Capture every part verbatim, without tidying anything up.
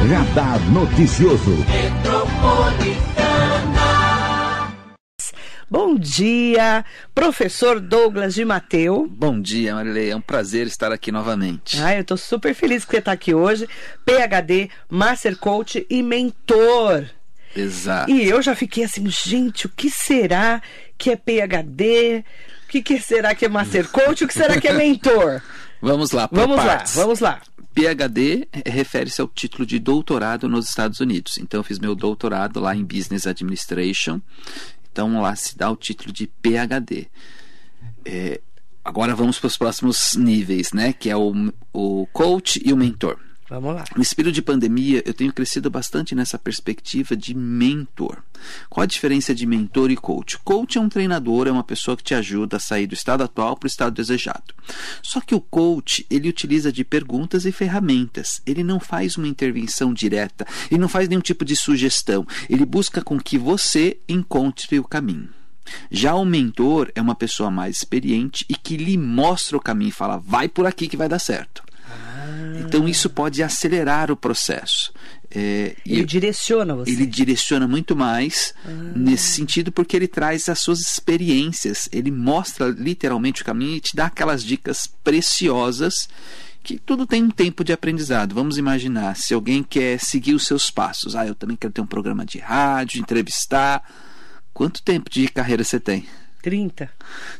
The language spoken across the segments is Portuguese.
Radar Noticioso. Bom dia, professor Douglas de Matteo. Bom dia, Marilei. É um prazer estar aqui novamente. Ah, eu estou super feliz que você está aqui hoje. P H D, Master Coach e mentor. Exato. E eu já fiquei assim, gente, o que será que é P H D? O que, que será que é Master Coach? O que será que é mentor? Vamos lá, por Vamos partes. lá, vamos lá. P H D refere-se ao título de doutorado nos Estados Unidos. Então eu fiz meu doutorado lá em Business Administration. Então lá se dá o título de P H D. É, agora vamos para os próximos níveis, né? Que é o, o coach e o mentor. Vamos lá. No espírito de pandemia, eu tenho crescido bastante nessa perspectiva de mentor. Qual a diferença de mentor e coach? Coach é um treinador, é uma pessoa que te ajuda a sair do estado atual para o estado desejado. Só que o coach, ele utiliza de perguntas e ferramentas. Ele não faz uma intervenção direta, ele não faz nenhum tipo de sugestão. Ele busca com que você encontre o caminho. Já o mentor é uma pessoa mais experiente e que lhe mostra o caminho e fala, vai por aqui que vai dar certo. Então isso pode acelerar o processo. É, ele direciona você. Ele direciona muito mais ah. nesse sentido, porque ele traz as suas experiências. Ele mostra literalmente o caminho e te dá aquelas dicas preciosas, que tudo tem um tempo de aprendizado. Vamos imaginar, se alguém quer seguir os seus passos. Ah, eu também quero ter um programa de rádio, entrevistar. Quanto tempo de carreira você tem? trinta.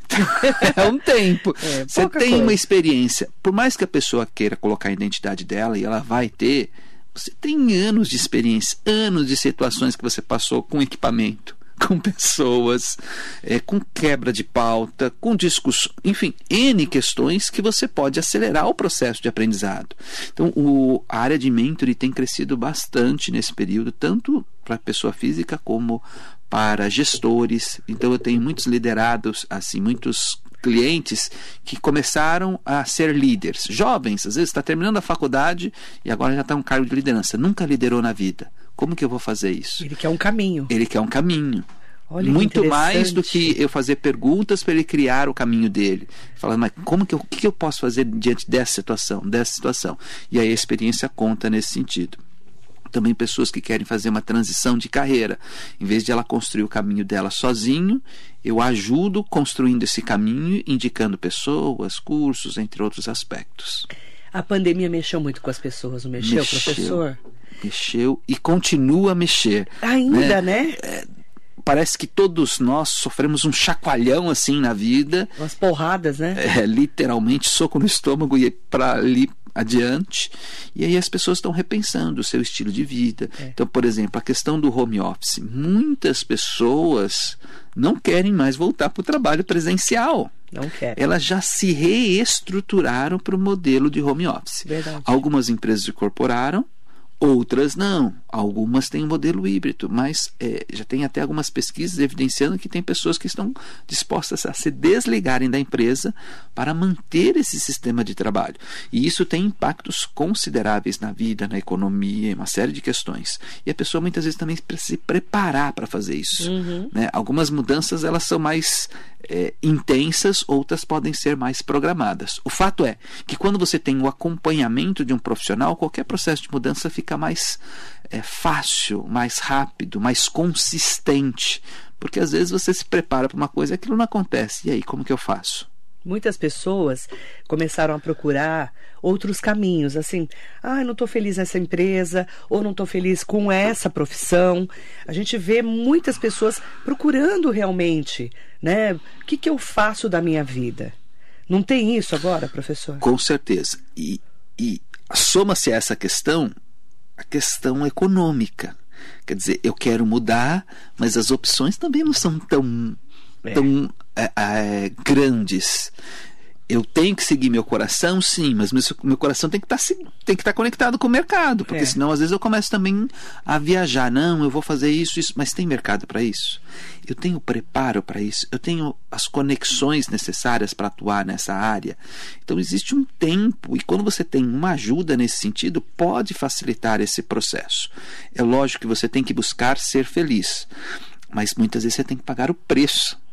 É um tempo. É, você tem coisa. uma experiência. Por mais que a pessoa queira colocar a identidade dela, e ela vai ter, você tem anos de experiência, anos de situações que você passou com equipamento, com pessoas, é, com quebra de pauta, com discussão, enfim, N questões que você pode acelerar o processo de aprendizado. Então, o, a área de mentoring tem crescido bastante nesse período, tanto para a pessoa física como para gestores. Então eu tenho muitos liderados, assim, muitos clientes que começaram a ser líderes, jovens, às vezes está terminando a faculdade e agora já está em um cargo de liderança, nunca liderou na vida. Como que eu vou fazer isso? Ele quer um caminho. Ele quer um caminho. Olha, muito mais do que eu fazer perguntas para ele criar o caminho dele. Falando, mas como que eu, o que eu posso fazer diante dessa situação, dessa situação? E aí a experiência conta nesse sentido. Também pessoas que querem fazer uma transição de carreira. Em vez de ela construir o caminho dela sozinho, eu ajudo construindo esse caminho, indicando pessoas, cursos, entre outros aspectos. A pandemia mexeu muito com as pessoas, não mexeu, mexeu professor? Mexeu e continua a mexer. Ainda, né? né? É, parece que todos nós sofremos um chacoalhão assim na vida. Umas porradas, né? É, literalmente, soco no estômago e para ali adiante, e aí as pessoas estão repensando o seu estilo de vida. É. Então, por exemplo, a questão do home office. Muitas pessoas não querem mais voltar para o trabalho presencial. Não querem. Elas já se reestruturaram para o modelo de home office. Verdade. Algumas empresas incorporaram, outras não. Algumas têm um modelo híbrido, mas é, já tem até algumas pesquisas evidenciando que tem pessoas que estão dispostas a se desligarem da empresa para manter esse sistema de trabalho. E isso tem impactos consideráveis na vida, na economia, em uma série de questões. E a pessoa muitas vezes também precisa se preparar para fazer isso. Uhum. Né? Algumas mudanças elas são mais é, intensas, outras podem ser mais programadas. O fato é que quando você tem o acompanhamento de um profissional, qualquer processo de mudança fica mais é, fácil, mais rápido, mais consistente, porque às vezes você se prepara para uma coisa e aquilo não acontece. E aí, como que eu faço? Muitas pessoas começaram a procurar outros caminhos, assim, ah, não estou feliz nessa empresa, ou não estou feliz com essa profissão. A gente vê muitas pessoas procurando realmente, né, o que, que eu faço da minha vida? Não tem isso agora, professor? Com certeza. E, e soma-se a essa questão a questão econômica. Quer dizer, eu quero mudar, mas as opções também não são tão, é. tão é, é, grandes. Eu tenho que seguir meu coração, sim, mas meu, meu coração tem que estar tem que estar conectado com o mercado, porque é. senão às vezes eu começo também a viajar. Não, eu vou fazer isso, isso, mas tem mercado para isso? Eu tenho preparo para isso? Eu tenho as conexões necessárias para atuar nessa área? Então existe um tempo, e quando você tem uma ajuda nesse sentido, pode facilitar esse processo. É lógico que você tem que buscar ser feliz, mas muitas vezes você tem que pagar o preço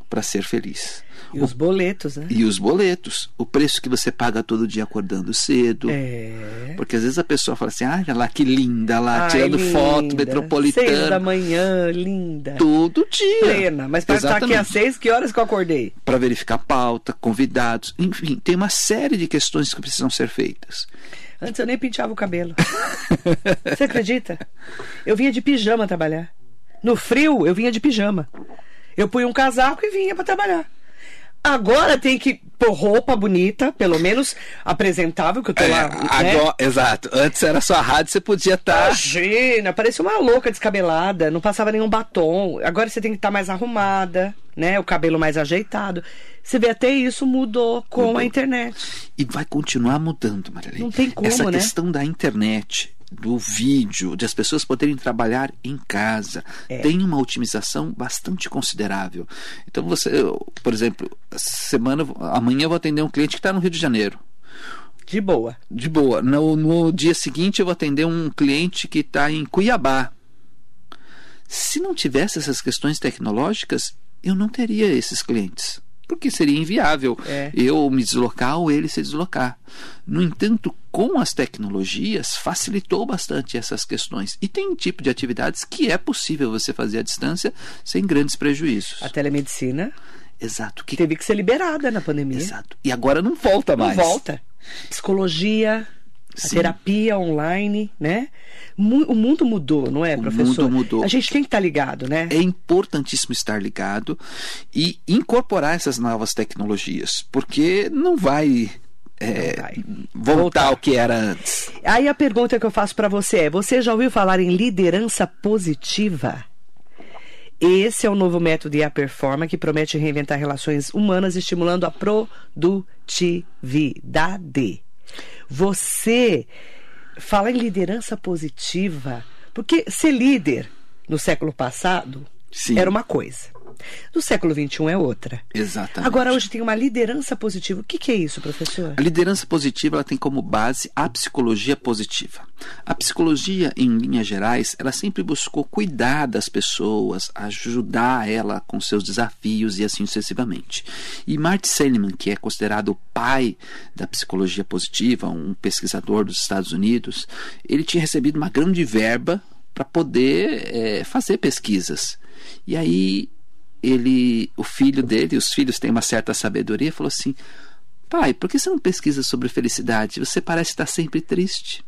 para ser feliz. E o, os boletos, né? E os boletos. O preço que você paga todo dia acordando cedo. É. Porque às vezes a pessoa fala assim, ah, olha lá que linda lá, Ai, tirando linda. foto, metropolitana. Seis da manhã, linda. Todo dia. Plena. Mas para estar aqui às seis, que horas que eu acordei? Para verificar pauta, convidados. Enfim, tem uma série de questões que precisam ser feitas. Antes eu nem penteava o cabelo. Você acredita? Eu vinha de pijama trabalhar. No frio, eu vinha de pijama. Eu punha um casaco e vinha para trabalhar. Agora tem que pôr roupa bonita, pelo menos apresentável, que eu tô é, lá. Agora, né? Exato. Antes era só a rádio, você podia estar. Tá... Imagina, parecia uma louca descabelada, não passava nenhum batom. Agora você tem que estar tá mais arrumada, né? O cabelo mais ajeitado. Você vê, até isso mudou com mudou. a internet. E vai continuar mudando, Marilene. Não tem como, Essa né? questão da internet, do vídeo, de as pessoas poderem trabalhar em casa, é. tem uma otimização bastante considerável. Então você, por exemplo, semana, amanhã eu vou atender um cliente que está no Rio de Janeiro. De boa. De boa. No, no dia seguinte eu vou atender um cliente que está em Cuiabá. Se não tivesse essas questões tecnológicas, eu não teria esses clientes. Porque seria inviável é. eu me deslocar ou ele se deslocar. No entanto, com as tecnologias, facilitou bastante essas questões. E tem um tipo de atividades que é possível você fazer à distância sem grandes prejuízos. A telemedicina Exato. Que... teve que ser liberada na pandemia. Exato. E agora não volta mais. Não volta. Psicologia... A terapia online, né? O mundo mudou, não é, o professor? O mundo mudou. A gente tem que estar ligado, né? É importantíssimo estar ligado e incorporar essas novas tecnologias, porque não vai, é, não vai. voltar, voltar ao que era antes. Aí a pergunta que eu faço para você é, você já ouviu falar em liderança positiva? Esse é o novo método I A Performa que promete reinventar relações humanas, estimulando a produtividade. Você fala em liderança positiva, porque ser líder no século passado Sim. era uma coisa. No século vinte e um é outra. Exatamente. Agora hoje tem uma liderança positiva. O que, que é isso, professor? A liderança positiva ela tem como base a psicologia positiva. A psicologia, em linhas gerais, ela sempre buscou cuidar das pessoas, ajudar ela com seus desafios e assim sucessivamente. E Marty Seligman, que é considerado o pai da psicologia positiva, um pesquisador dos Estados Unidos, ele tinha recebido uma grande verba para poder é, fazer pesquisas. E aí ele, o filho dele, os filhos têm uma certa sabedoria, falou assim: pai, por que você não pesquisa sobre felicidade? Você parece estar sempre triste.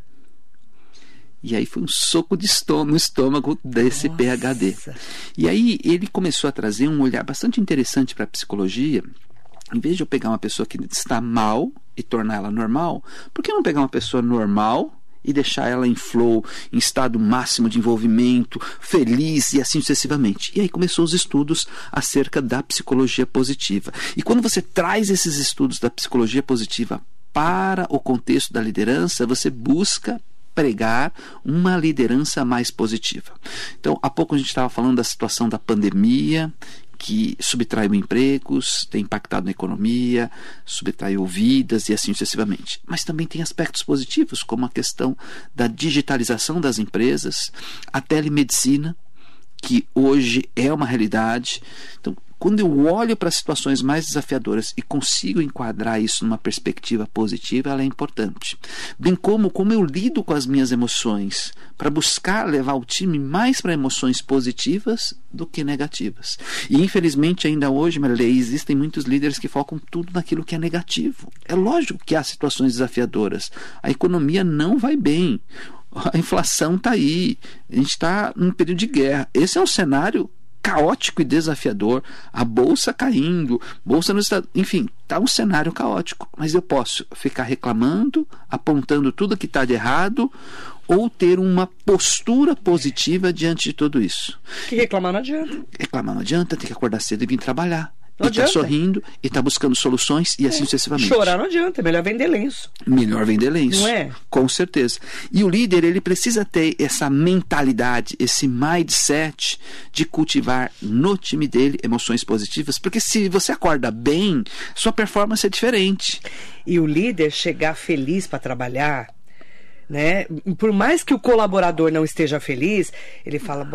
E aí foi um soco de estômago, no estômago desse Nossa. P H D. E aí ele começou a trazer um olhar bastante interessante para a psicologia. Em vez de eu pegar uma pessoa que está mal e tornar ela normal, por que não pegar uma pessoa normal e deixar ela em flow, em estado máximo de envolvimento, feliz e assim sucessivamente? E aí começou os estudos acerca da psicologia positiva. E quando você traz esses estudos da psicologia positiva para o contexto da liderança, você busca pregar uma liderança mais positiva. Então, há pouco a gente estava falando da situação da pandemia, que subtraiu empregos, tem impactado na economia, subtraiu vidas e assim sucessivamente. Mas também tem aspectos positivos, como a questão da digitalização das empresas, a telemedicina, que hoje é uma realidade. Então, quando eu olho para situações mais desafiadoras e consigo enquadrar isso numa perspectiva positiva, ela é importante. Bem como como eu lido com as minhas emoções, para buscar levar o time mais para emoções positivas do que negativas. E infelizmente ainda hoje, Marilei, existem muitos líderes que focam tudo naquilo que é negativo. É lógico que há situações desafiadoras. A economia não vai bem. A inflação está aí. A gente está num período de guerra. Esse é um cenário caótico e desafiador, a bolsa caindo, bolsa no estado, enfim, está um cenário caótico, mas eu posso ficar reclamando, apontando tudo que está de errado, ou ter uma postura positiva diante de tudo isso. Que reclamar não adianta. Reclamar não adianta, tem que acordar cedo e vir trabalhar. Não e está sorrindo, e está buscando soluções e assim é. sucessivamente. Chorar não adianta, é melhor vender lenço. Melhor vender lenço. Não é? Com certeza. E o líder, ele precisa ter essa mentalidade, esse mindset de cultivar no time dele emoções positivas, porque se você acorda bem, sua performance é diferente. E o líder chegar feliz para trabalhar, né? Por mais que o colaborador não esteja feliz, ele fala, bom,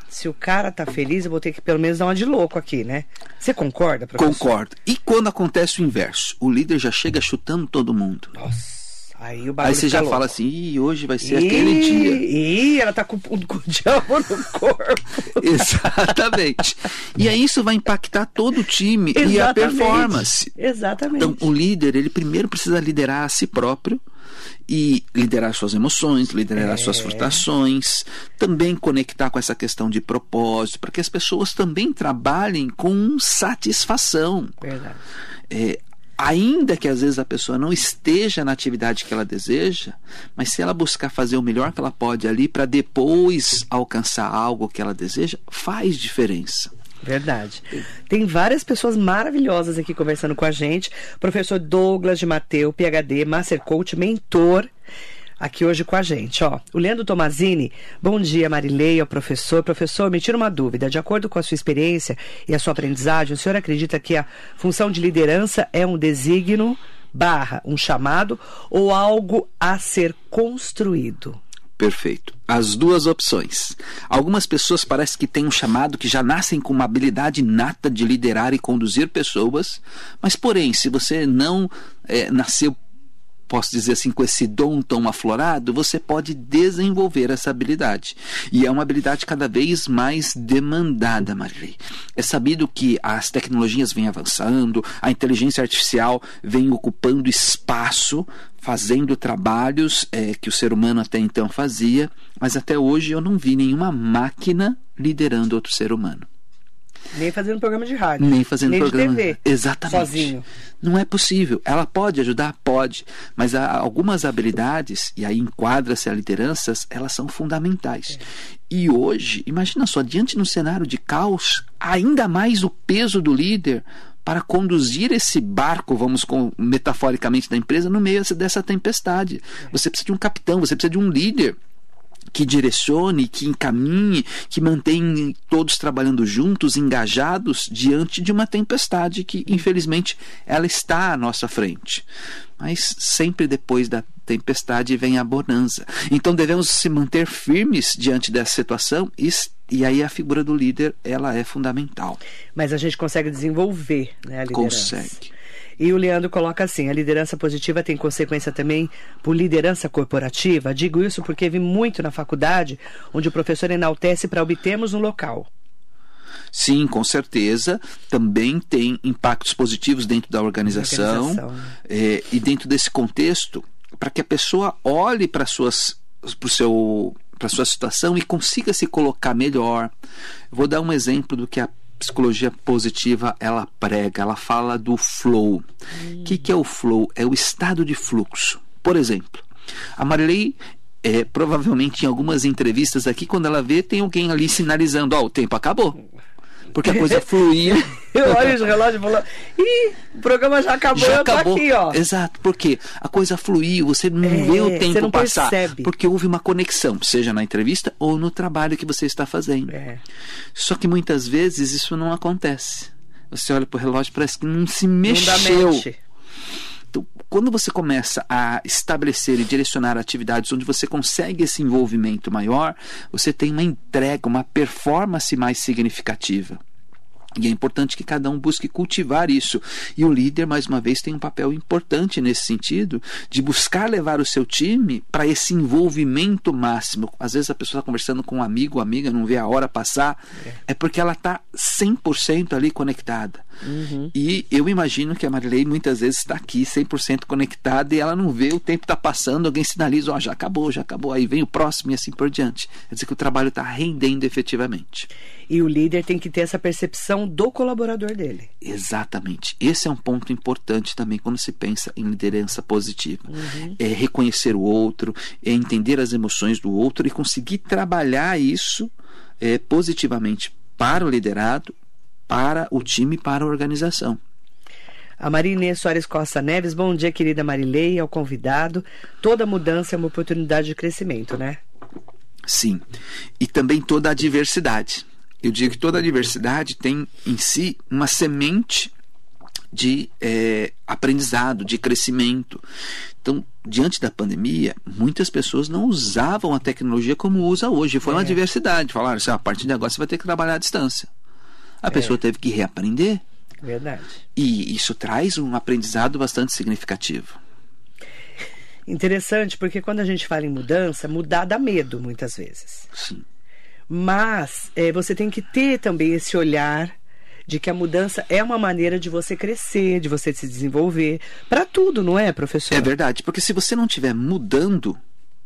se o cara tá feliz, eu vou ter que pelo menos dar uma de louco aqui, né? Você concorda, professor? Concordo. E quando acontece o inverso? O líder já chega chutando todo mundo. Nossa. Aí, o bagulho Aí você já louco. fala assim, Ih, hoje vai ser Ih, aquele dia. Ih, ela tá com, com o diabo no corpo. Exatamente. E aí isso vai impactar todo o time e a performance. Exatamente. Então, o líder, ele primeiro precisa liderar a si próprio e liderar suas emoções, liderar É. suas frustrações, também conectar com essa questão de propósito, para que as pessoas também trabalhem com satisfação. Verdade. É, ainda que às vezes a pessoa não esteja na atividade que ela deseja, mas se ela buscar fazer o melhor que ela pode ali para depois alcançar algo que ela deseja, faz diferença. Verdade. Tem várias pessoas maravilhosas aqui conversando com a gente. Professor Douglas de Mateu, P H D, Master Coach, mentor, aqui hoje com a gente. Ó, o Leandro Tomazini, bom dia, Marileia, professor. Professor, me tira uma dúvida. De acordo com a sua experiência e a sua aprendizagem, o senhor acredita que a função de liderança é um desígnio barra um chamado ou algo a ser construído? Perfeito. As duas opções. Algumas pessoas parece que têm um chamado que já nascem com uma habilidade inata de liderar e conduzir pessoas, mas porém, se você não é, nasceu, posso dizer assim, com esse dom tão aflorado, você pode desenvolver essa habilidade. E é uma habilidade cada vez mais demandada, Marilei. É sabido que as tecnologias vêm avançando, a inteligência artificial vem ocupando espaço, fazendo trabalhos é, que o ser humano até então fazia, mas até hoje eu não vi nenhuma máquina liderando outro ser humano. Nem fazendo programa de rádio. Nem fazendo nem programa. de T V. Exatamente. Sozinho. Não é possível. Ela pode ajudar? Pode. Mas há algumas habilidades, e aí enquadra-se a lideranças, elas são fundamentais. É. E hoje, imagina só, diante de um cenário de caos, ainda mais o peso do líder para conduzir esse barco, vamos com, metaforicamente, da empresa, no meio dessa tempestade. É. Você precisa de um capitão, você precisa de um líder que direcione, que encaminhe, que mantenha todos trabalhando juntos, engajados, diante de uma tempestade que, infelizmente, ela está à nossa frente. Mas sempre depois da tempestade vem a bonança. Então devemos se manter firmes diante dessa situação e, e aí a figura do líder, ela é fundamental. Mas a gente consegue desenvolver, né, a liderança. Consegue. E o Leandro coloca assim, a liderança positiva tem consequência também por liderança corporativa? Digo isso porque vi muito na faculdade, onde o professor enaltece para obtermos um local. Sim, com certeza. Também tem impactos positivos dentro da organização. organização. É, e dentro desse contexto, para que a pessoa olhe para suas, para o seu, para a sua situação e consiga se colocar melhor. Vou dar um exemplo do que a psicologia positiva ela prega, ela fala do flow. O hum. que, que é o flow? É o estado de fluxo. Por exemplo, a Marilei, é, provavelmente em algumas entrevistas aqui, quando ela vê, tem alguém ali sinalizando, ó, oh, o tempo acabou. Porque a coisa fluiu. Eu olho o relógio e falo, ih, o programa já acabou, já eu acabou. tô aqui, ó. Exato, porque a coisa fluiu, você não é, vê o tempo você não passar. Percebe. Porque houve uma conexão, seja na entrevista ou no trabalho que você está fazendo. É. Só que muitas vezes isso não acontece. Você olha pro relógio e parece que não se mexeu. Não Então, quando você começa a estabelecer e direcionar atividades onde você consegue esse envolvimento maior, você tem uma entrega, uma performance mais significativa. E é importante que cada um busque cultivar isso. E o líder, mais uma vez, tem um papel importante nesse sentido, de buscar levar o seu time para esse envolvimento máximo. Às vezes a pessoa está conversando com um amigo ou amiga, não vê a hora passar, é, é porque ela está cem por cento ali conectada. Uhum. E eu imagino que a Marilei muitas vezes está aqui cem por cento conectada e ela não vê, o tempo está passando, alguém sinaliza, ó, oh, já acabou, já acabou, aí vem o próximo e assim por diante. Quer dizer que o trabalho está rendendo efetivamente. E o líder tem que ter essa percepção do colaborador dele. Exatamente. Esse é um ponto importante também quando se pensa em liderança positiva. Uhum. É reconhecer o outro, é entender as emoções do outro e conseguir trabalhar isso é, positivamente para o liderado, para o time, para a organização. A Marinê Soares Costa Neves, bom dia, querida Marilei, ao convidado. Toda mudança é uma oportunidade de crescimento, né? Sim. E também toda a diversidade. Eu digo que toda a diversidade tem em si uma semente de é, aprendizado, de crescimento. Então, diante da pandemia, muitas pessoas não usavam a tecnologia como usa hoje. Foi uma é. diversidade. Falaram assim, a partir de agora você vai ter que trabalhar à distância. A é. pessoa teve que reaprender. Verdade. E isso traz um aprendizado bastante significativo. Interessante, porque quando a gente fala em mudança, mudar dá medo, muitas vezes. Sim. Mas é, você tem que ter também esse olhar de que a mudança é uma maneira de você crescer, de você se desenvolver, para tudo, não é, professor? É verdade, porque se você não estiver mudando,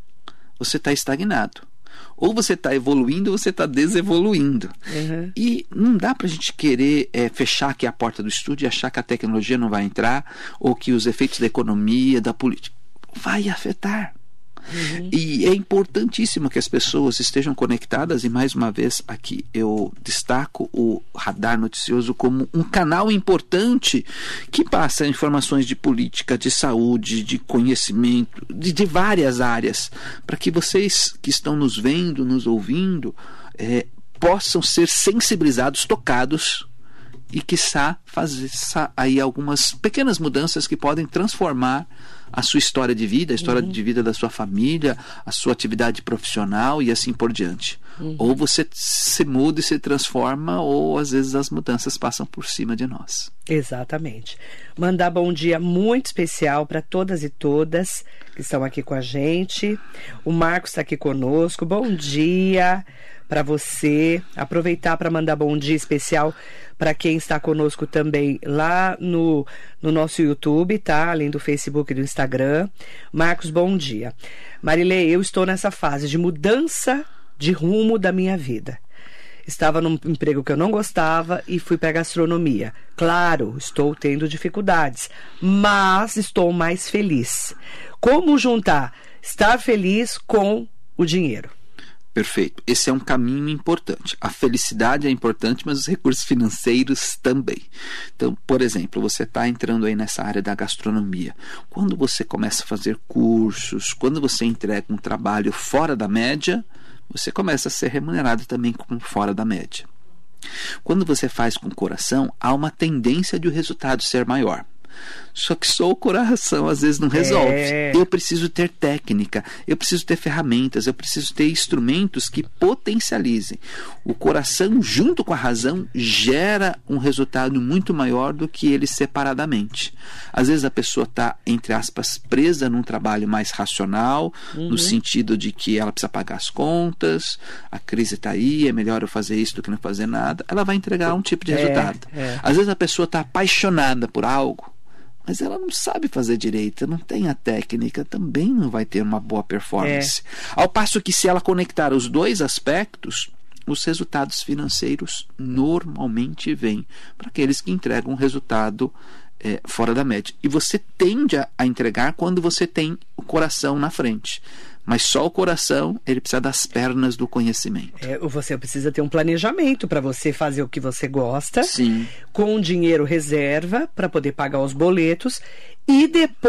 você está estagnado. Ou você está evoluindo ou você está desevoluindo. Uhum. E não dá para a gente querer é, fechar aqui a porta do estúdio e achar que a tecnologia não vai entrar, ou que os efeitos da economia, da política, vai afetar. Uhum. E é importantíssimo que as pessoas estejam conectadas, e mais uma vez aqui eu destaco o Radar Noticioso como um canal importante que passa informações de política, de saúde, de conhecimento, de, de várias áreas, para que vocês que estão nos vendo, nos ouvindo, é, possam ser sensibilizados, tocados, e quiçá fazer aí algumas pequenas mudanças que podem transformar a sua história de vida, a história uhum. de vida da sua família, a sua atividade profissional e assim por diante. Uhum. Ou você se muda e se transforma, ou às vezes as mudanças passam por cima de nós. Exatamente. Mandar bom dia muito especial para todas e todas que estão aqui com a gente. O Marcos está aqui conosco. Bom dia para você. Aproveitar para mandar bom dia especial para quem está conosco também lá no, no nosso YouTube, tá? Além do Facebook e do Instagram. Marcos, bom dia. Marilei, eu estou nessa fase de mudança de rumo da minha vida. Estava num emprego que eu não gostava e fui para a gastronomia. Claro, estou tendo dificuldades, mas estou mais feliz. Como juntar estar feliz com o dinheiro? Perfeito. Esse é um caminho importante. A felicidade é importante, mas os recursos financeiros também. Então, por exemplo, você está entrando aí nessa área da gastronomia. Quando você começa a fazer cursos, quando você entrega um trabalho fora da média, você começa a ser remunerado também como fora da média. Quando você faz com o coração, há uma tendência de o resultado ser maior. Só que só o coração às vezes não resolve. É. Eu preciso ter técnica, eu preciso ter ferramentas, eu preciso ter instrumentos que potencializem. O coração junto com a razão gera um resultado muito maior do que ele separadamente. Às vezes a pessoa está, entre aspas, presa num trabalho mais racional, uhum. no sentido de que ela precisa pagar as contas, a crise está aí, é melhor eu fazer isso do que não fazer nada. Ela vai entregar um tipo de resultado. É, é. Às vezes a pessoa está apaixonada por algo, mas ela não sabe fazer direito, não tem a técnica, também não vai ter uma boa performance. É. Ao passo que, se ela conectar os dois aspectos, os resultados financeiros normalmente vêm para aqueles que entregam um resultado é, fora da média. E você tende a, a entregar quando você tem o coração na frente. Mas só o coração, ele precisa das pernas do conhecimento. É, você precisa ter um planejamento para você fazer o que você gosta. Sim. Com dinheiro reserva para poder pagar os boletos. E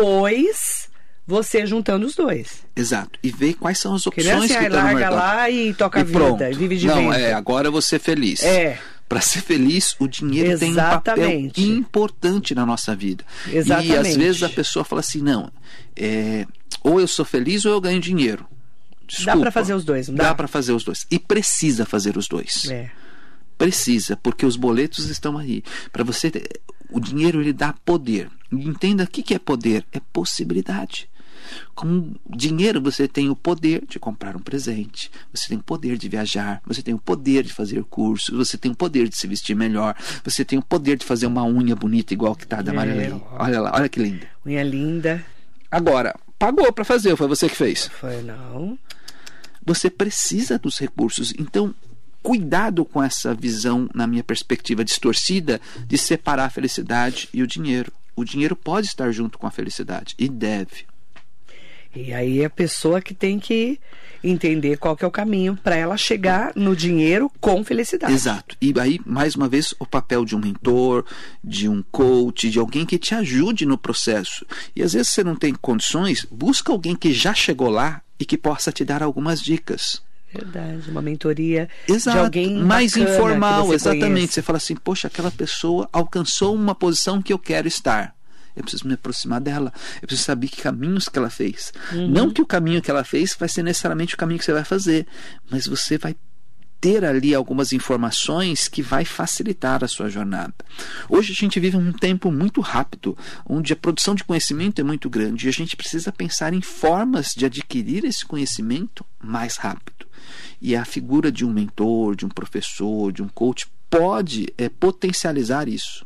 depois você juntando os dois. Exato. E ver quais são as opções assim, que aí, estão no mercado. Larga lá e toca e a vida. Pronto. E vive de Não, vento. é, agora eu vou ser feliz. É. Para ser feliz, o dinheiro Exatamente. tem um papel importante na nossa vida. Exatamente. E às vezes a pessoa fala assim, não, é, ou eu sou feliz ou eu ganho dinheiro. Desculpa, dá para fazer os dois, não dá? Dá para fazer os dois. E precisa fazer os dois. É. Precisa, porque os boletos estão aí. Para você, o dinheiro ele dá poder. E entenda o que é poder, é possibilidade. Com dinheiro você tem o poder de comprar um presente, você tem o poder de viajar, você tem o poder de fazer cursos, você tem o poder de se vestir melhor, você tem o poder de fazer uma unha bonita igual que tá da Marilei. É, olha lá, olha que linda. Unha linda. Agora, pagou para fazer, foi você que fez? Foi não. Você precisa dos recursos, então cuidado com essa visão, na minha perspectiva distorcida, de separar a felicidade e o dinheiro. O dinheiro pode estar junto com a felicidade, e deve. E aí é a pessoa que tem que entender qual que é o caminho para ela chegar no dinheiro com felicidade. Exato. E aí, mais uma vez, o papel de um mentor, de um coach, de alguém que te ajude no processo. E às vezes você não tem condições, busca alguém que já chegou lá e que possa te dar algumas dicas. Verdade, uma mentoria Exato, de alguém mais bacana informal, que você exatamente. conhece. Você fala assim, poxa, aquela pessoa alcançou uma posição que eu quero estar. Eu preciso me aproximar dela. Eu preciso saber que caminhos que ela fez. Uhum. Não que o caminho que ela fez vai ser necessariamente o caminho que você vai fazer, mas você vai ter ali algumas informações que vai facilitar a sua jornada. Hoje a gente vive um tempo muito rápido, onde a produção de conhecimento é muito grande e a gente precisa pensar em formas de adquirir esse conhecimento mais rápido. E a figura de um mentor, de um professor, de um coach pode é, potencializar isso.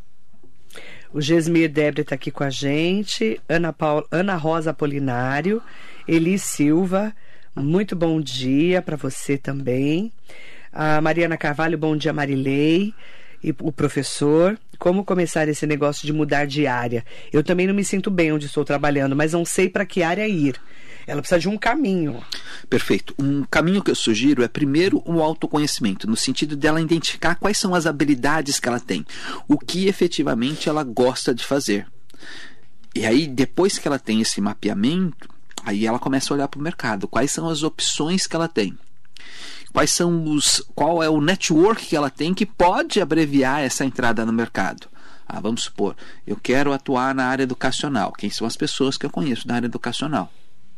O Gesmir Debre está aqui com a gente, Ana, Paula, Ana Rosa Apolinário, Eli Silva, muito bom dia para você também. A Mariana Carvalho, bom dia, Marilei, e o professor. Como começar esse negócio de mudar de área? Eu também não me sinto bem onde estou trabalhando, mas não sei para que área ir. Ela precisa de um caminho. Perfeito. Um caminho que eu sugiro é primeiro o autoconhecimento, no sentido dela identificar quais são as habilidades que ela tem, o que efetivamente ela gosta de fazer. E aí, depois que ela tem esse mapeamento, aí ela começa a olhar para o mercado. Quais são as opções que ela tem? Quais são os, qual é o network que ela tem que pode abreviar essa entrada no mercado? Ah, vamos supor, eu quero atuar na área educacional. Quem são as pessoas que eu conheço na área educacional?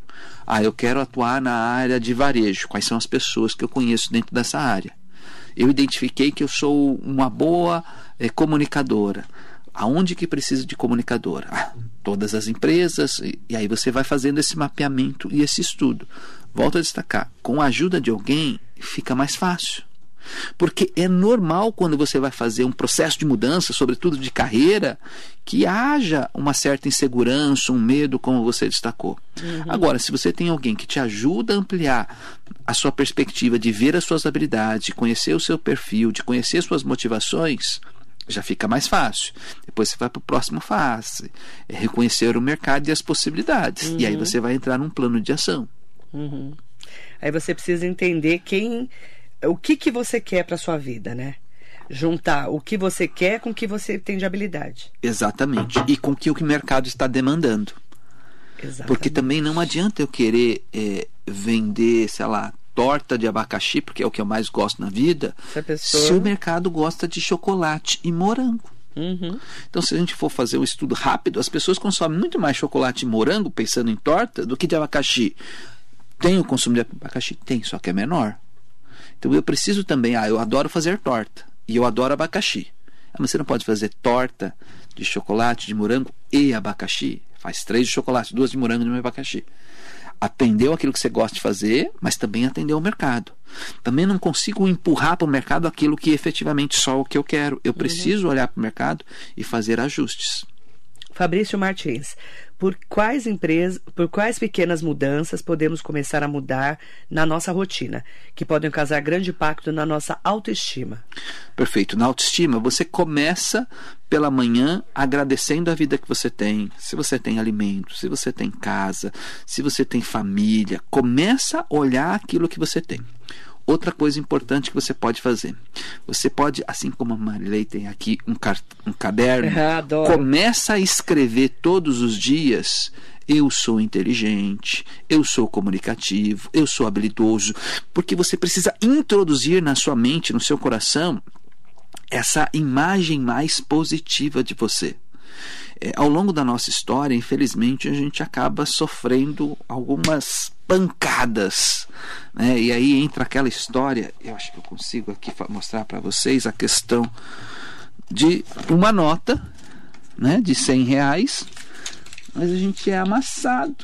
Ah, eu quero atuar na área de varejo. Quais são as pessoas que eu conheço dentro dessa área? Eu identifiquei que eu sou uma boa eh, comunicadora. Aonde que precisa de comunicadora? Ah, todas as empresas. E, e aí você vai fazendo esse mapeamento e esse estudo. Volto a destacar, com a ajuda de alguém fica mais fácil. Porque é normal quando você vai fazer um processo de mudança, sobretudo de carreira, que haja uma certa insegurança, um medo, como você destacou. Uhum. Agora, se você tem alguém que te ajuda a ampliar a sua perspectiva de ver as suas habilidades, de conhecer o seu perfil, de conhecer as suas motivações, já fica mais fácil. Depois você vai para o próximo fase, é reconhecer o mercado e as possibilidades. Uhum. E aí você vai entrar num plano de ação. Uhum. Aí você precisa entender quem, o que, que você quer para sua vida, né? Juntar o que você quer com o que você tem de habilidade. Exatamente. E com o que o mercado está demandando. Exatamente. Porque também não adianta eu querer é, vender, sei lá, torta de abacaxi, porque é o que eu mais gosto na vida, se, pessoa... se o mercado gosta de chocolate e morango. Uhum. Então, se a gente for fazer um estudo rápido, as pessoas consomem muito mais chocolate e morango, pensando em torta, do que de abacaxi. Tem o consumo de abacaxi? Tem, só que é menor. Então eu preciso também, ah, eu adoro fazer torta e eu adoro abacaxi. Ah, mas você não pode fazer torta de chocolate, de morango e abacaxi? Faz três de chocolate, duas de morango e uma de abacaxi. Atendeu aquilo que você gosta de fazer, mas também atendeu o mercado. Também não consigo empurrar para o mercado aquilo que efetivamente só o que eu quero. Eu preciso uhum. olhar para o mercado e fazer ajustes. Fabrício Martins, por quais empresas, por quais pequenas mudanças podemos começar a mudar na nossa rotina, que podem causar grande impacto na nossa autoestima? Perfeito. Na autoestima, você começa pela manhã agradecendo a vida que você tem. Se você tem alimento, se você tem casa, se você tem família, começa a olhar aquilo que você tem. Outra coisa importante que você pode fazer, você pode, assim como a Marilei tem aqui um, car- um caderno, começa a escrever todos os dias: eu sou inteligente, eu sou comunicativo, eu sou habilidoso, porque você precisa introduzir na sua mente, no seu coração, essa imagem mais positiva de você. É, ao longo da nossa história, infelizmente, a gente acaba sofrendo algumas pancadas, né? E aí entra aquela história, eu acho que eu consigo aqui mostrar para vocês a questão de uma nota, né, de cem reais, mas a gente é amassado,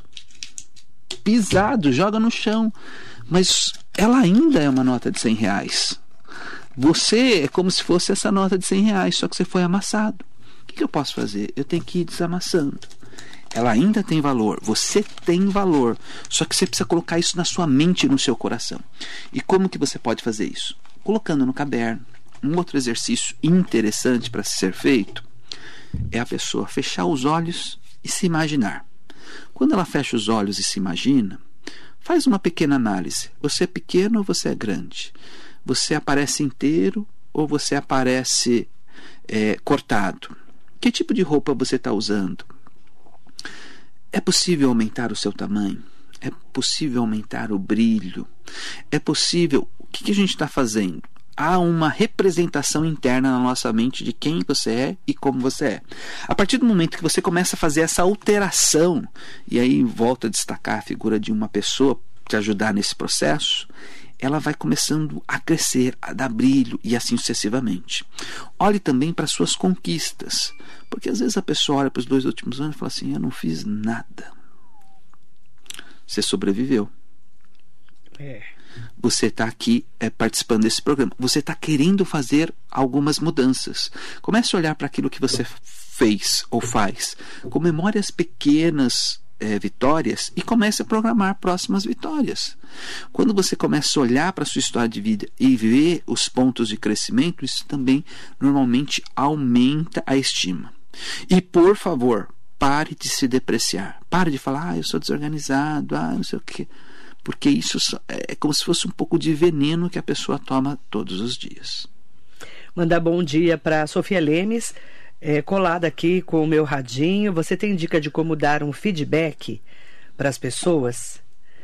pisado, joga no chão, mas ela ainda é uma nota de cem reais. Você é como se fosse essa nota de cem reais, só que você foi amassado. O que eu posso fazer? Eu tenho que ir desamassando. Ela ainda tem valor, você tem valor, só que você precisa colocar isso na sua mente e no seu coração. E como que você pode fazer isso? Colocando no caderno. Um outro exercício interessante para ser feito é a pessoa fechar os olhos e se imaginar. Quando ela fecha os olhos e se imagina, faz uma pequena análise. Você é pequeno ou você é grande? Você aparece inteiro ou você aparece é, cortado? Que tipo de roupa você está usando? É possível aumentar o seu tamanho? É possível aumentar o brilho. É possível... O que, que a gente está fazendo? Há uma representação interna na nossa mente de quem você é e como você é. A partir do momento que você começa a fazer essa alteração, e aí volta a destacar a figura de uma pessoa te ajudar nesse processo, ela vai começando a crescer, a dar brilho e assim sucessivamente. Olhe também para suas conquistas, porque às vezes a pessoa olha para os dois últimos anos e fala assim: eu não fiz nada. Você sobreviveu. É. Você está aqui é, participando desse programa. Você está querendo fazer algumas mudanças. Comece a olhar para aquilo que você fez ou faz. Comemore as pequenas é, vitórias e comece a programar próximas vitórias. Quando você começa a olhar para a sua história de vida e ver os pontos de crescimento, isso também normalmente aumenta a estima. E, por favor, pare de se depreciar. Pare de falar: ah, eu sou desorganizado, ah, não sei o quê. Porque isso é como se fosse um pouco de veneno que a pessoa toma todos os dias. Mandar bom dia para Sofia Lemes, é, colada aqui com o meu radinho. Você tem dica de como dar um feedback para as pessoas?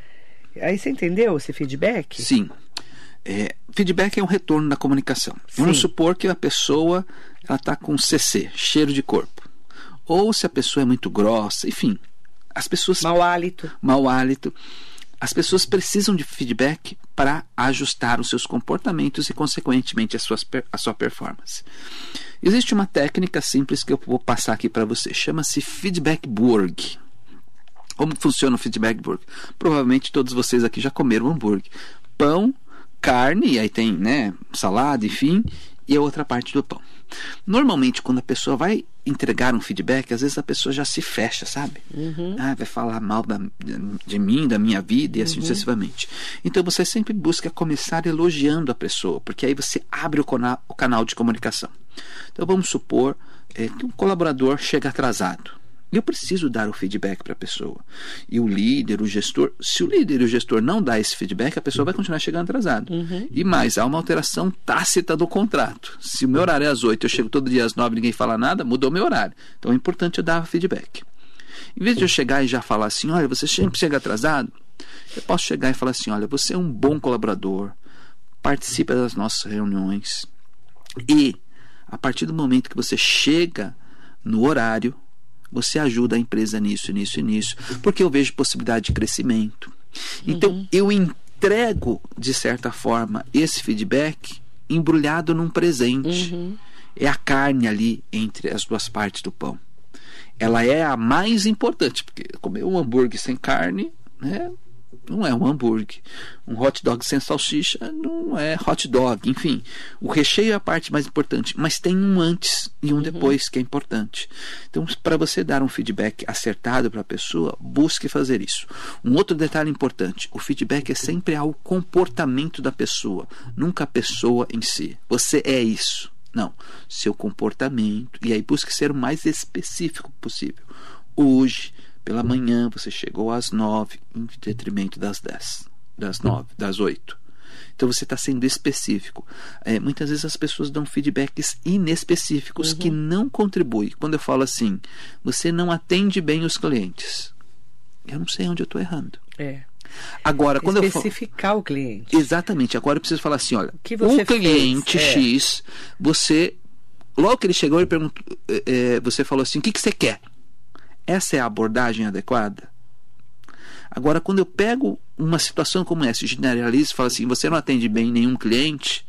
Aí você entendeu esse feedback? Sim. É, feedback é um retorno da comunicação. Sim. Vamos supor que a pessoa está com C C, cheiro de corpo. Ou se a pessoa é muito grossa, enfim. As pessoas... Mau hálito. Mau hálito. As pessoas precisam de feedback para ajustar os seus comportamentos e, consequentemente, a, suas, a sua performance. Existe uma técnica simples que eu vou passar aqui para você. Chama-se Feedbackburg. Como funciona o Feedbackburg? Provavelmente todos vocês aqui já comeram hambúrguer. Pão, carne, e aí tem, né, salada, enfim, e a outra parte do pão. Normalmente, quando a pessoa vai entregar um feedback, às vezes a pessoa já se fecha, sabe? Uhum. Ah, vai falar mal da, de mim, da minha vida e assim uhum. sucessivamente. Então você sempre busca começar elogiando a pessoa, porque aí você abre o, cona, o canal de comunicação. Então vamos supor é, que um colaborador chega atrasado. Eu preciso dar o feedback para a pessoa. E o líder, o gestor, se o líder e o gestor não dá esse feedback, a pessoa vai continuar chegando atrasado. Uhum. E mais, há uma alteração tácita do contrato. Se o meu horário é às oito, eu chego todo dia às nove e ninguém fala nada, mudou meu horário. Então é importante eu dar feedback. Em vez de eu chegar e já falar assim: olha, você sempre chega atrasado, eu posso chegar e falar assim: olha, você é um bom colaborador, participa das nossas reuniões, e a partir do momento que você chega no horário, você ajuda a empresa nisso, nisso e nisso, porque eu vejo possibilidade de crescimento. Então, uhum. eu entrego, de certa forma, esse feedback embrulhado num presente. Uhum. É a carne ali entre as duas partes do pão. Ela é a mais importante, porque comer um hambúrguer sem carne, né, não é um hambúrguer. Um hot dog sem salsicha não é hot dog. Enfim, o recheio é a parte mais importante, mas tem um antes e um uhum. depois que é importante. Então, para você dar um feedback acertado para a pessoa, busque fazer isso. Um outro detalhe importante: o feedback é sempre ao comportamento da pessoa, nunca a pessoa em si. Você é isso. Não, seu comportamento. E aí busque ser o mais específico possível. Hoje, pela manhã, você chegou às nove, em detrimento das dez, das nove, das oito. Então você está sendo específico. É, muitas vezes as pessoas dão feedbacks inespecíficos, uhum. que não contribuem. Quando eu falo assim: você não atende bem os clientes, eu não sei onde eu estou errando. É. Agora, quando especificar eu falo... o cliente. Exatamente. Agora eu preciso falar assim: olha, o, que você o cliente fez? X, é. você, logo que ele chegou, ele perguntou, é, você falou assim: o que, que você quer? Essa é a abordagem adequada? Agora, quando eu pego uma situação como essa, generalizo e falo assim: você não atende bem nenhum cliente,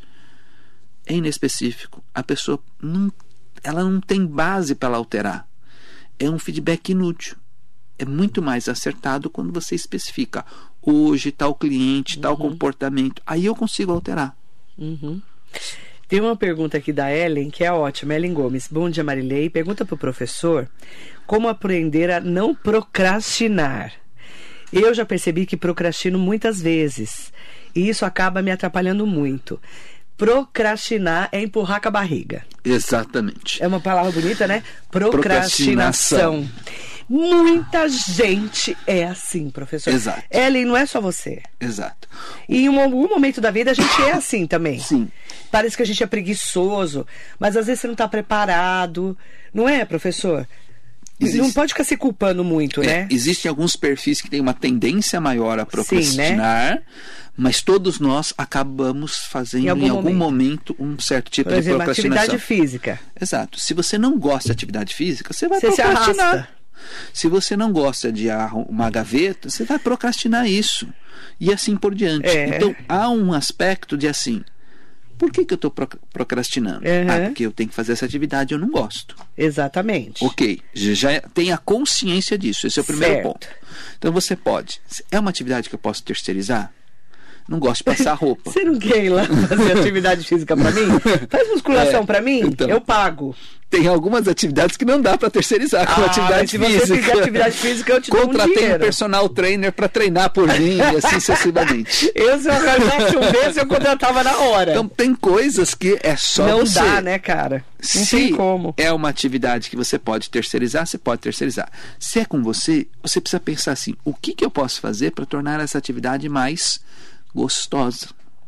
é inespecífico. A pessoa não, ela não tem base para ela alterar. É um feedback inútil. É muito mais acertado quando você especifica: hoje, tal cliente, tal uhum. comportamento. Aí eu consigo alterar. Uhum. Tem uma pergunta aqui da Ellen, que é ótima. Ellen Gomes: bom dia, Marilei. Pergunta para o professor como aprender a não procrastinar. Eu já percebi que procrastino muitas vezes, e isso acaba me atrapalhando muito. Procrastinar é empurrar com a barriga. Exatamente. É uma palavra bonita, né? Procrastinação. Procrastinação. Muita gente é assim, professor. Exato. Ellen, não é só você. Exato. E em algum momento da vida a gente é assim também. Sim. Parece que a gente é preguiçoso, mas às vezes você não está preparado. Não é, professor? Existe... Não pode ficar se culpando muito, é, né? Existem alguns perfis que têm uma tendência maior a procrastinar, Sim, né? mas todos nós acabamos fazendo em algum, em algum momento. momento um certo tipo Por exemplo, de procrastinação. Atividade física. Exato. Se você não gosta de atividade física, você vai você procrastinar. Se arrasta. Se você não gosta de uma gaveta, você vai procrastinar isso. E assim por diante. É. Então, há um aspecto de assim... Por que, que eu estou procrastinando? Uhum. Ah, porque eu tenho que fazer essa atividade e eu não gosto. Exatamente. Ok, já tem a consciência disso. Esse é o primeiro certo. ponto. Então você pode. É uma atividade que eu posso terceirizar? Não gosto de passar roupa. Você não quer ir lá fazer atividade física pra mim? Faz musculação é, pra mim? Então, eu pago. Tem algumas atividades que não dá pra terceirizar como ah, atividade se física. Se você fizer atividade física, eu te dou um dinheiro. Contratei um personal trainer pra treinar por mim e assim sucessivamente. Eu, se eu arranjasse um desse, eu contratava na hora. Então tem coisas que é só não você. Não dá, né, cara? Não Se tem como. é uma atividade que você pode terceirizar, você pode terceirizar. Se é com você, você precisa pensar assim, o que, que eu posso fazer para tornar essa atividade mais gostosa?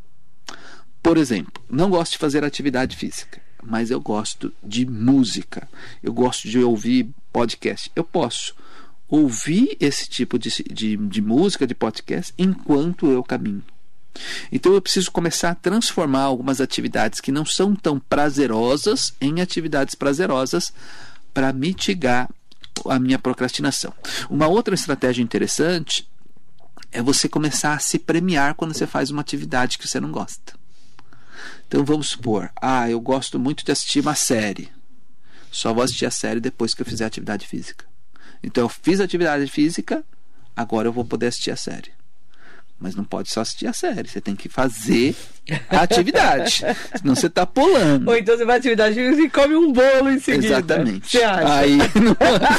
Por exemplo, não gosto de fazer atividade física, mas eu gosto de música. Eu gosto de ouvir podcast. Eu posso ouvir esse tipo de, de, de música, de podcast, enquanto eu caminho. Então eu preciso começar a transformar algumas atividades que não são tão prazerosas em atividades prazerosas para mitigar a minha procrastinação. Uma outra estratégia interessante é você começar a se premiar quando você faz uma atividade que você não gosta. Então vamos supor, ah, eu gosto muito de assistir uma série. Só vou assistir a série depois que eu fizer atividade física. Então eu fiz atividade física, agora eu vou poder assistir a série. Mas não pode só assistir a série, você tem que fazer a atividade. Senão você está pulando. Ou então você vai à atividade física e come um bolo em seguida. Exatamente. Você acha? Aí não,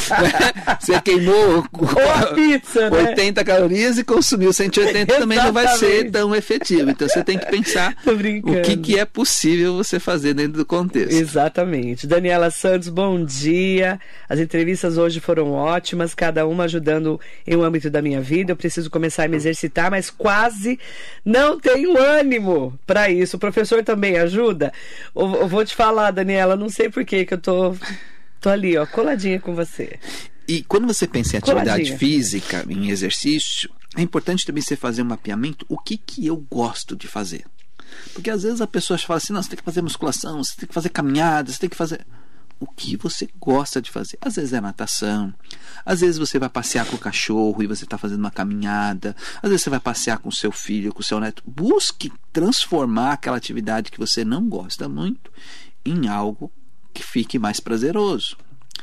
você queimou ou a pizza, né? oitenta calorias e consumiu cento e oitenta, também não vai ser tão efetivo. Então você tem que pensar o que, que é possível você fazer dentro do contexto. Exatamente. Daniela Santos, bom dia. As entrevistas hoje foram ótimas, cada uma ajudando em um âmbito da minha vida. Eu preciso começar a me exercitar, mas quase não tenho ânimo para isso. O professor também ajuda? Eu, eu vou te falar, Daniela, não sei por que que eu tô, tô ali, ó, coladinha com você. E quando você pensa em atividade Coladinha. física, em exercício, é importante também você fazer um mapeamento. O que que eu gosto de fazer? Porque às vezes a pessoa fala assim, não, você tem que fazer musculação, você tem que fazer caminhada, você tem que fazer... O que você gosta de fazer? Às vezes é natação, às vezes você vai passear com o cachorro e você está fazendo uma caminhada, às vezes você vai passear com o seu filho, com o seu neto. Busque transformar aquela atividade que você não gosta muito em algo que fique mais prazeroso.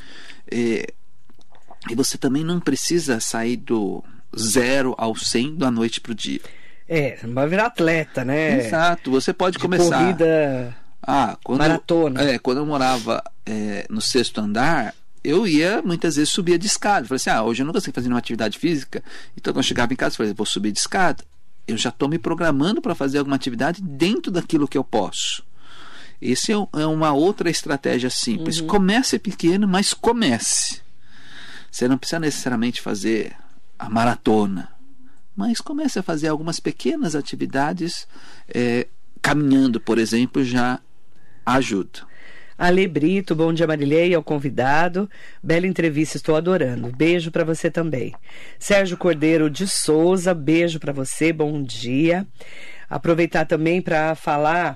É, e você também não precisa sair do zero ao cem da noite para o dia. É, não vai virar atleta, né? Exato, você pode de começar... corrida... Ah, quando maratona. Eu, é, quando eu morava é, no sexto andar, eu ia muitas vezes subir de escada. Eu falei assim, ah, hoje eu não consigo fazer nenhuma atividade física. Então quando eu chegava em casa, eu falei, vou subir de escada. Eu já estou me programando para fazer alguma atividade dentro daquilo que eu posso. Esse é, é uma outra estratégia simples. Uhum. Comece pequeno, mas comece. Você não precisa necessariamente fazer a maratona, mas comece a fazer algumas pequenas atividades, é, caminhando, por exemplo, já ajuda. Ale Brito, bom dia Marilei, ao convidado. Bela entrevista, estou adorando. Beijo para você também. Sérgio Cordeiro de Souza, beijo para você, bom dia. Aproveitar também para falar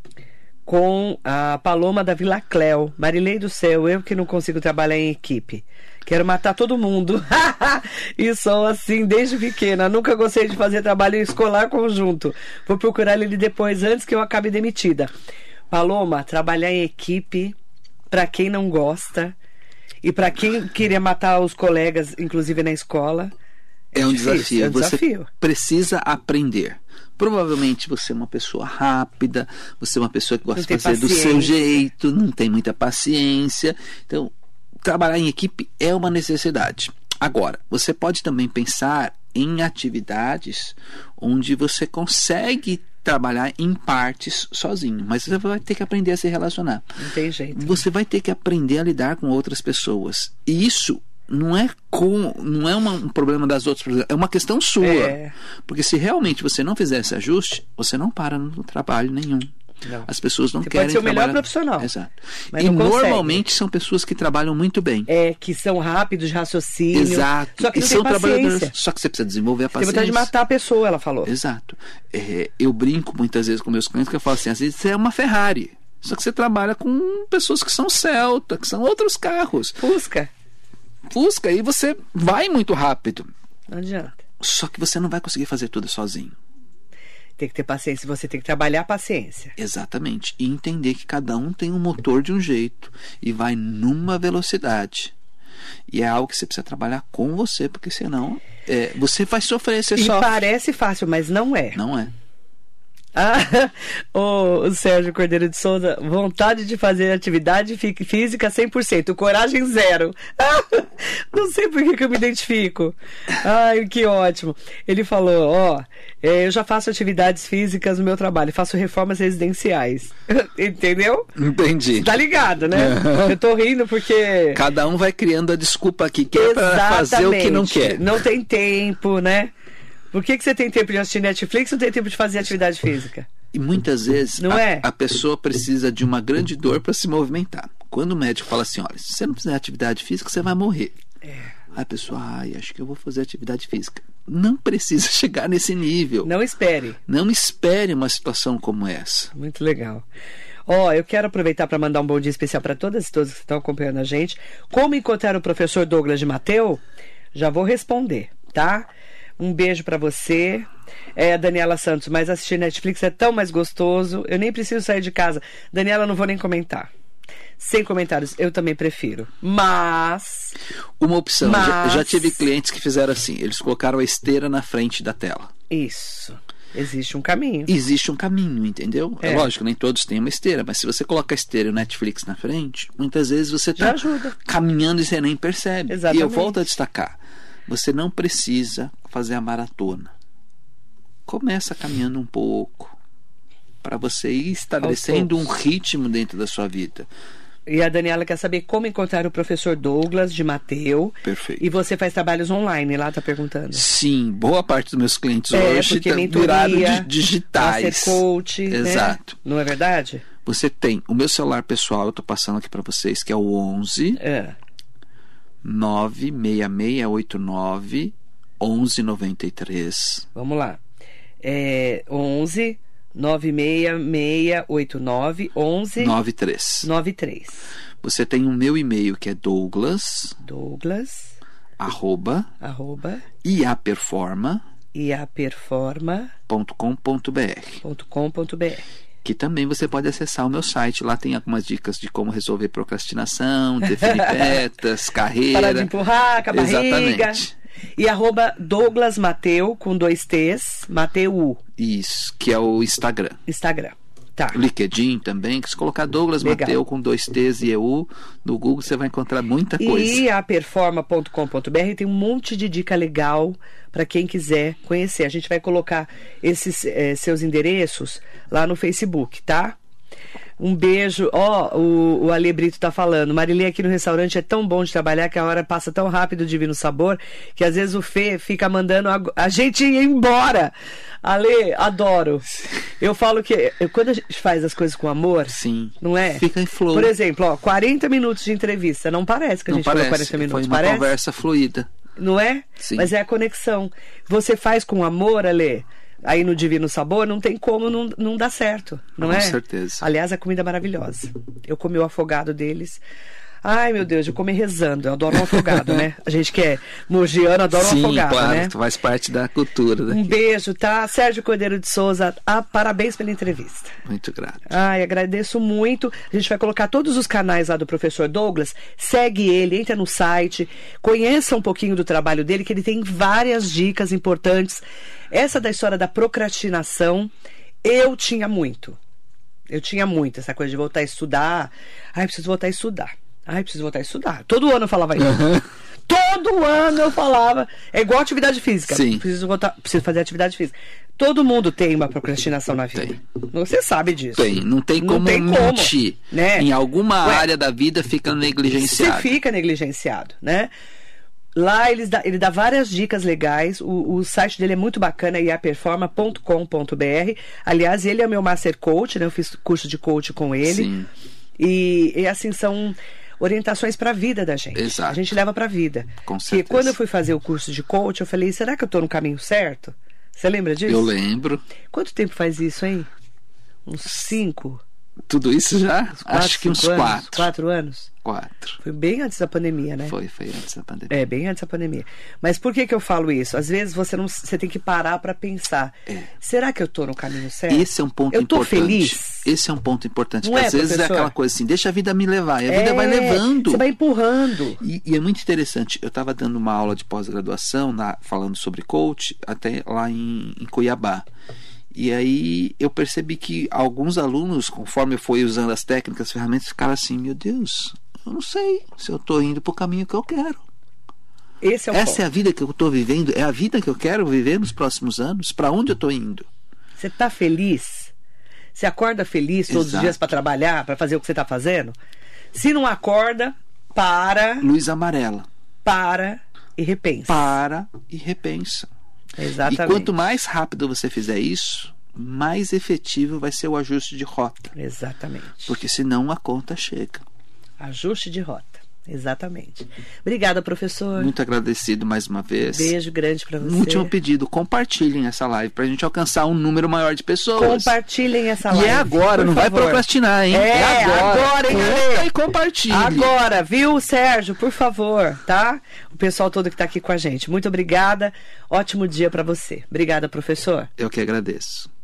com a Paloma da Vila Cléo. Marilei do céu, eu que não consigo trabalhar em equipe. Quero matar todo mundo. E sou assim desde pequena. Nunca gostei de fazer trabalho escolar conjunto. Vou procurar ele depois, antes que eu acabe demitida. Paloma, trabalhar em equipe, para quem não gosta e para quem queria matar os colegas, inclusive na escola, é, é um difícil, desafio. É um você desafio. Precisa aprender. Provavelmente você é uma pessoa rápida, você é uma pessoa que gosta de fazer paciência. do seu jeito, não tem muita paciência. Então, trabalhar em equipe é uma necessidade. Agora, você pode também pensar em atividades onde você consegue trabalhar em partes sozinho, mas você vai ter que aprender a se relacionar. Não tem jeito. Você vai ter que aprender a lidar com outras pessoas. E isso não é, com, não é uma, um problema das outras pessoas, é uma questão sua. É. Porque se realmente você não fizer esse ajuste, você não para no trabalho nenhum. Não. As pessoas não Você querem pode ser o trabalhar... melhor profissional. Exato. Mas E não consegue. normalmente são pessoas que trabalham muito bem. É, que são rápidos de raciocínio. Exato. Só que e não são tem trabalhadores. paciência. Só que você precisa desenvolver a Tem paciência. vontade de matar a pessoa, ela falou. Exato. É, eu brinco muitas vezes com meus clientes que eu falo assim, às vezes você é uma Ferrari. Só que você trabalha com pessoas que são Celta, que são outros carros. Fusca. Fusca, e você vai muito rápido. Não adianta. Só que você não vai conseguir fazer tudo sozinho. Tem que ter paciência, você tem que trabalhar a paciência. Exatamente. E entender que cada um tem um motor de um jeito e vai numa velocidade. E é algo que você precisa trabalhar com você, porque senão é, você vai sofrer, você E sofre. parece fácil, mas não é. Não é. Ah, o, o Sérgio Cordeiro de Souza, vontade de fazer atividade fí- física cem por cento, coragem zero. Ah, não sei por que, que eu me identifico. Ai, que ótimo. Ele falou, ó, é, eu já faço atividades físicas no meu trabalho, faço reformas residenciais. Entendeu? Entendi. Tá ligado, né? Eu tô rindo porque... Cada um vai criando a desculpa aqui, que é pra fazer o que não quer. Não tem tempo, né? Por que, que você tem tempo de assistir Netflix e não tem tempo de fazer atividade física? E muitas vezes Não a, é? a pessoa precisa de uma grande dor para se movimentar. Quando o médico fala assim, olha, se você não fizer atividade física, você vai morrer. É. Aí a pessoa, ai, acho que eu vou fazer atividade física. Não precisa chegar nesse nível. Não espere. Não espere uma situação como essa. Muito legal. Ó, eu quero aproveitar para mandar um bom dia especial para todas e todos que estão acompanhando a gente. Como encontrar o professor Douglas de Mateu? Já vou responder, tá? Um beijo para você. É, Daniela Santos, mas assistir Netflix é tão mais gostoso. Eu nem preciso sair de casa. Daniela, não vou nem comentar. Sem comentários, eu também prefiro. Mas... Uma opção, Mas... já, já tive clientes que fizeram assim, eles colocaram a esteira na frente da tela. Isso. Existe um caminho. Existe um caminho, entendeu? É, É. lógico, nem todos têm uma esteira, mas se você coloca a esteira e o Netflix na frente, muitas vezes você Já está ajuda. caminhando e você nem percebe. Exatamente. E eu volto a destacar, você não precisa fazer a maratona. Começa caminhando um pouco, para você ir estabelecendo um ritmo dentro da sua vida. E a Daniela quer saber como encontrar o professor Douglas de Mateu. Perfeito. E você faz trabalhos online, lá tá perguntando. Sim, boa parte dos meus clientes É, hoje porque tá mentoria, virado di- digitais. Master coach, Exato. né? Não é verdade? Você tem o meu celular pessoal, eu tô passando aqui para vocês, que é o onze É. nove seis seis oito nove onze noventa e três. Vamos lá. É onze nove seis seis oito nove onze noventa e três. noventa e três. Você tem o meu e-mail que é douglas Douglas arroba arroba iaperforma iaperforma ponto com ponto br, ponto com ponto br. que também você pode acessar o meu site. Lá tem algumas dicas de como resolver procrastinação, definir metas, carreira. Parar de empurrar com a barriga. Exatamente. E arroba Douglas Mateu, com dois T's, Mateu, Isso, que é o Instagram. Instagram. Tá. O LinkedIn também, que se colocar Douglas Legal. Mateu com dois T's e E U no Google, você vai encontrar muita coisa. E a performa ponto com ponto br tem um monte de dica legal para quem quiser conhecer. A gente vai colocar esses eh, seus endereços lá no Facebook, tá? Um beijo. Ó, o, o Ale Brito tá falando. Marilê, aqui no restaurante é tão bom de trabalhar que a hora passa tão rápido de vir no sabor que às vezes o Fê fica mandando a, a gente ir embora. Ale, adoro. Eu falo que eu- quando a gente faz as coisas com amor, Sim. não é? Fica em flow. Por exemplo, ó, quarenta minutos de entrevista. Não parece que a Não gente falou parece, quarenta minutos. foi uma Parece? conversa fluida. Não é? Sim. Mas é a conexão. Você faz com amor, Ale, aí no Divino Sabor, não tem como não, não dar certo, não Com é? certeza. Aliás, a comida é maravilhosa. Eu comi o afogado deles. Ai, meu Deus, eu comi rezando. Eu adoro um afogado, né? A gente que é mogiano adora um Sim, afogado, claro, né? faz parte da cultura. Um Daqui. beijo, tá? Sérgio Cordeiro de Souza, ah, parabéns pela entrevista. Muito grato. Ai, agradeço muito. A gente vai colocar todos os canais lá do professor Douglas. Segue ele, entra no site, conheça um pouquinho do trabalho dele, que ele tem várias dicas importantes. Essa da história da procrastinação, eu tinha muito. Eu tinha muito essa coisa de voltar a estudar. Ai, preciso voltar a estudar. Ai, preciso voltar a estudar. Todo ano eu falava isso. Todo ano eu falava. É igual atividade física. Sim. Preciso voltar, preciso fazer atividade física. Todo mundo tem uma procrastinação na vida. Tem. Você sabe disso. Tem, não tem Não como tem como, mentir. né? Em alguma Ué, área da vida fica Você negligenciado. fica negligenciado, né? Lá eles dá, ele dá várias dicas legais. O, o site dele é muito bacana, i a performa ponto com ponto b r. Aliás, ele é o meu Master Coach, né? Eu fiz curso de coach com ele. Sim. E, e assim, são orientações para a vida da gente. Exato. A gente leva para a vida. Com Porque certeza. quando eu fui fazer o curso de coach, eu falei, será que eu estou no caminho certo? Você lembra disso? Eu lembro. Quanto tempo faz isso, hein? Uns cinco? Tudo isso já? Quatro, Acho que uns cinco anos? quatro. Quatro anos? Quatro. Foi bem antes da pandemia, né? Foi, foi antes da pandemia. É, bem antes da pandemia. Mas por que que eu falo isso? Às vezes você não, você tem que parar para pensar. É. Será que eu tô no caminho certo? Esse é um ponto eu tô importante. feliz? Esse é um ponto importante. Não Porque é, às vezes professor? é aquela coisa assim, deixa a vida me levar. E a vida É, vai levando. Você vai empurrando. E, e é muito interessante. Eu estava dando uma aula de pós-graduação, na- falando sobre coach, até lá em, em Cuiabá. E aí eu percebi que alguns alunos, conforme eu fui usando as técnicas, as ferramentas, ficaram assim, meu Deus, eu não sei se eu estou indo para o caminho que eu quero. Esse é o Essa ponto. é a vida que eu estou vivendo? É a vida que eu quero viver nos próximos anos? Para onde eu estou indo? Você tá feliz? Você acorda feliz todos Exato. os dias para trabalhar, para fazer o que você tá fazendo? Se não acorda, para, Luz amarela. para e repensa. Para e repensa. Exatamente. E quanto mais rápido você fizer isso, mais efetivo vai ser o ajuste de rota. Exatamente. Porque senão a conta chega. Ajuste de rota. Exatamente. Obrigada, professor. Muito agradecido mais uma vez. Beijo grande para você. Um último pedido, compartilhem essa live pra gente alcançar um número maior de pessoas. Compartilhem essa E live. é agora, por não vai favor. procrastinar, hein? É, agora, hein, Conta Ale? e compartilhe. Agora, viu, Sérgio? Por favor, tá? O pessoal todo que tá aqui com a gente. Muito obrigada. Ótimo dia para você. Obrigada, professor. Eu que agradeço.